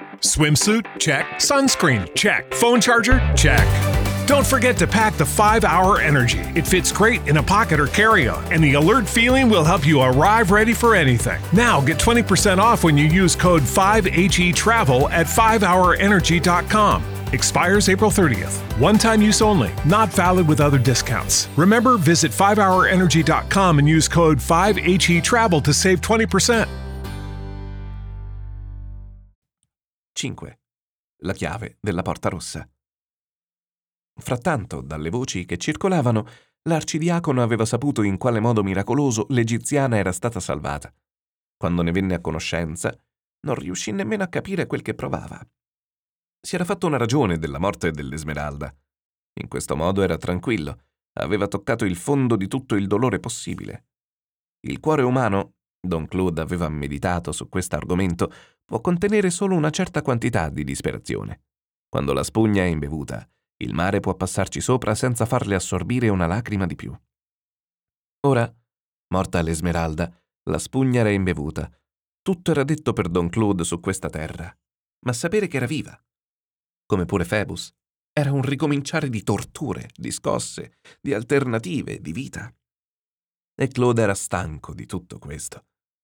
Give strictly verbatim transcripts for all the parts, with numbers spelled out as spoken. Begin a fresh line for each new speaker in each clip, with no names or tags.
Swimsuit? Check. Sunscreen? Check. Phone charger? Check. Don't forget to pack the five hour Energy. It fits great in a pocket or carry-on, and the alert feeling will help you arrive ready for anything. Now get twenty percent off when you use code five H E TRAVEL at five hour energy dot com. Expires April thirtieth. One-time use only. Not valid with other discounts. Remember, visit five hour energy dot com and use code five H E TRAVEL to save twenty percent.
cinque. La chiave della Porta Rossa. Frattanto, dalle voci che circolavano, l'arcidiacono aveva saputo in quale modo miracoloso l'egiziana era stata salvata. Quando ne venne a conoscenza, non riuscì nemmeno a capire quel che provava. Si era fatto una ragione della morte dell'Esmeralda. In questo modo era tranquillo, aveva toccato il fondo di tutto il dolore possibile. Il cuore umano, Don Claude aveva meditato su questo argomento, può contenere solo una certa quantità di disperazione. Quando la spugna è imbevuta, il mare può passarci sopra senza farle assorbire una lacrima di più. Ora, morta l'Esmeralda, la spugna era imbevuta. Tutto era detto per Don Claude su questa terra, ma sapere che era viva, come pure Phoebus, era un ricominciare di torture, di scosse, di alternative, di vita. E Claude era stanco di tutto questo.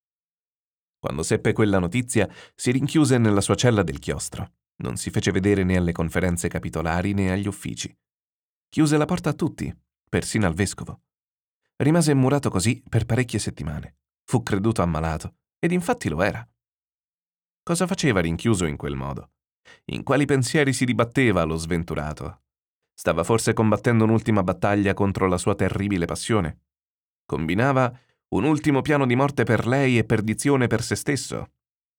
Quando seppe quella notizia, si rinchiuse nella sua cella del chiostro. Non si fece vedere né alle conferenze capitolari né agli uffici. Chiuse la porta a tutti, persino al vescovo. Rimase immurato così per parecchie settimane. Fu creduto ammalato, ed infatti lo era. Cosa faceva rinchiuso in quel modo? In quali pensieri si dibatteva lo sventurato? Stava forse combattendo un'ultima battaglia contro la sua terribile passione? Combinava un ultimo piano di morte per lei e perdizione per se stesso?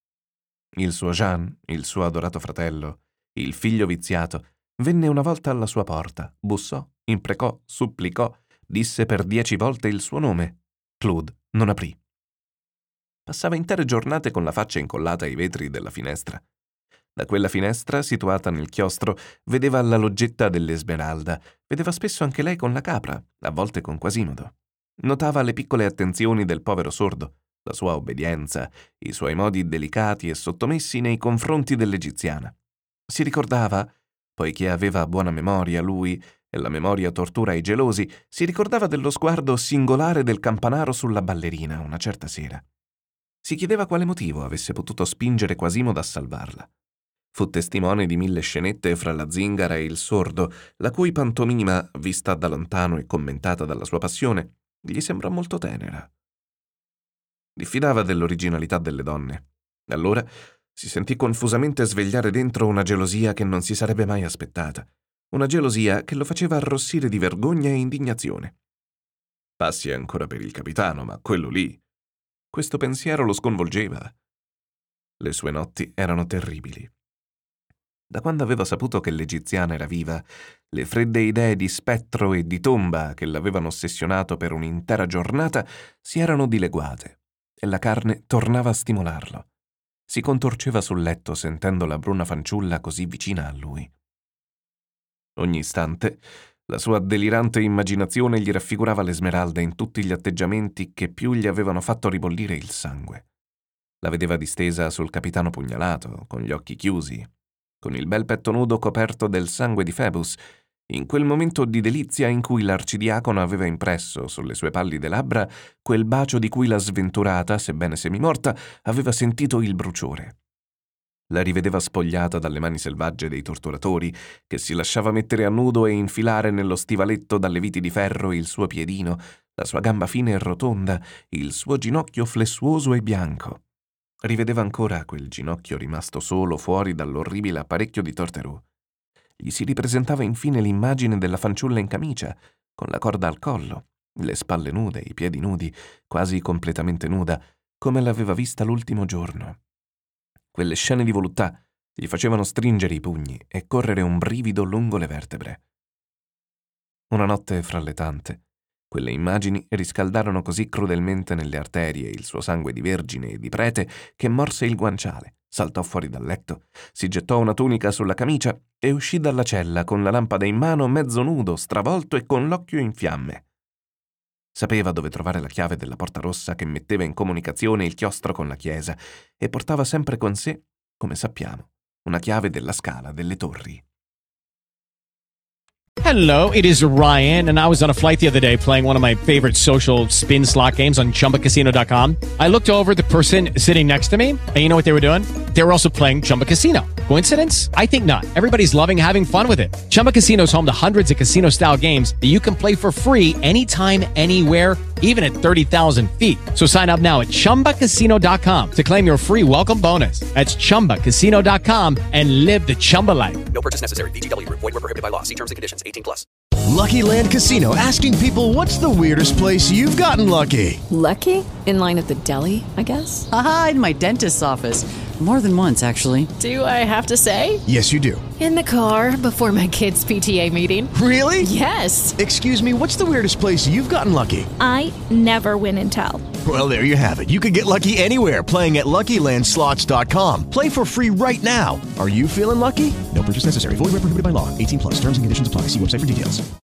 Il suo Jean, il suo adorato fratello, il figlio viziato, venne una volta alla sua porta, bussò, imprecò, supplicò, disse per dieci volte il suo nome. Claude non aprì. Passava intere giornate con la faccia incollata ai vetri della finestra. Da quella finestra, situata nel chiostro, vedeva la loggetta dell'Esmeralda, vedeva spesso anche lei con la capra, a volte con Quasimodo. Notava le piccole attenzioni del povero sordo, la sua obbedienza, i suoi modi delicati e sottomessi nei confronti dell'egiziana. Si ricordava, poiché aveva buona memoria lui, e la memoria tortura i gelosi, si ricordava dello sguardo singolare del campanaro sulla ballerina una certa sera. Si chiedeva quale motivo avesse potuto spingere Quasimodo a salvarla. Fu testimone di mille scenette fra la zingara e il sordo, la cui pantomima, vista da lontano e commentata dalla sua passione, gli sembrò molto tenera. Diffidava dell'originalità delle donne. Allora si sentì confusamente svegliare dentro una gelosia che non si sarebbe mai aspettata, una gelosia che lo faceva arrossire di vergogna e indignazione. Passi ancora per il capitano, ma quello lì. Questo pensiero lo sconvolgeva. Le sue notti erano terribili. Da quando aveva saputo che l'egiziana era viva, le fredde idee di spettro e di tomba che l'avevano ossessionato per un'intera giornata si erano dileguate e la carne tornava a stimolarlo. Si contorceva sul letto sentendo la bruna fanciulla così vicina a lui. Ogni istante la sua delirante immaginazione gli raffigurava l'Esmeralda in tutti gli atteggiamenti che più gli avevano fatto ribollire il sangue. La vedeva distesa sul capitano pugnalato, con gli occhi chiusi, con il bel petto nudo coperto del sangue di Phoebus, in quel momento di delizia in cui l'arcidiacono aveva impresso sulle sue pallide labbra quel bacio di cui la sventurata, sebbene semimorta, aveva sentito il bruciore. La rivedeva spogliata dalle mani selvagge dei torturatori, che si lasciava mettere a nudo e infilare nello stivaletto dalle viti di ferro il suo piedino, la sua gamba fine e rotonda, il suo ginocchio flessuoso e bianco. Rivedeva ancora quel ginocchio rimasto solo fuori dall'orribile apparecchio di Torterò. Gli si ripresentava infine l'immagine della fanciulla in camicia, con la corda al collo, le spalle nude, i piedi nudi, quasi completamente nuda, come l'aveva vista l'ultimo giorno. Quelle scene di voluttà gli facevano stringere i pugni e correre un brivido lungo le vertebre. Una notte fra le tante, quelle immagini riscaldarono così crudelmente nelle arterie il suo sangue di vergine e di prete che morse il guanciale, saltò fuori dal letto, si gettò una tunica sulla camicia e uscì dalla cella con la lampada in mano, mezzo nudo, stravolto e con l'occhio in fiamme. Sapeva dove trovare la chiave della Porta Rossa che metteva in comunicazione il chiostro con la chiesa e portava sempre con sé, come sappiamo, una chiave della scala delle torri.
Hello, it is Ryan, and I was on a flight the other day playing one of my favorite social spin slot games on Chumba Casino dot com. I looked over at the person sitting next to me, and you know what they were doing? They were also playing Chumba Casino. Coincidence? I think not. Everybody's loving having fun with it. Chumba Casino is home to hundreds of casino-style games that you can play for free anytime, anywhere, even at thirty thousand feet. So sign up now at Chumba Casino dot com to claim your free welcome bonus. That's Chumba Casino dot com and live the Chumba life.
No purchase necessary. V G W. Void where prohibited by law. See terms and conditions. eighteen plus.
Lucky Land Casino, asking people, what's the weirdest place you've gotten lucky?
Lucky? In line at the deli, I guess?
Aha, in my dentist's office. More than once, actually.
Do I have to say?
Yes, you do.
In the car before my kids' P T A meeting.
Really?
Yes.
Excuse me, what's the weirdest place you've gotten lucky?
I never win and tell.
Well, there you have it. You can get lucky anywhere, playing at Lucky Land Slots dot com. Play for free right now. Are you feeling lucky? No purchase necessary. Void where prohibited by law. eighteen plus. Terms and conditions apply. See website for details.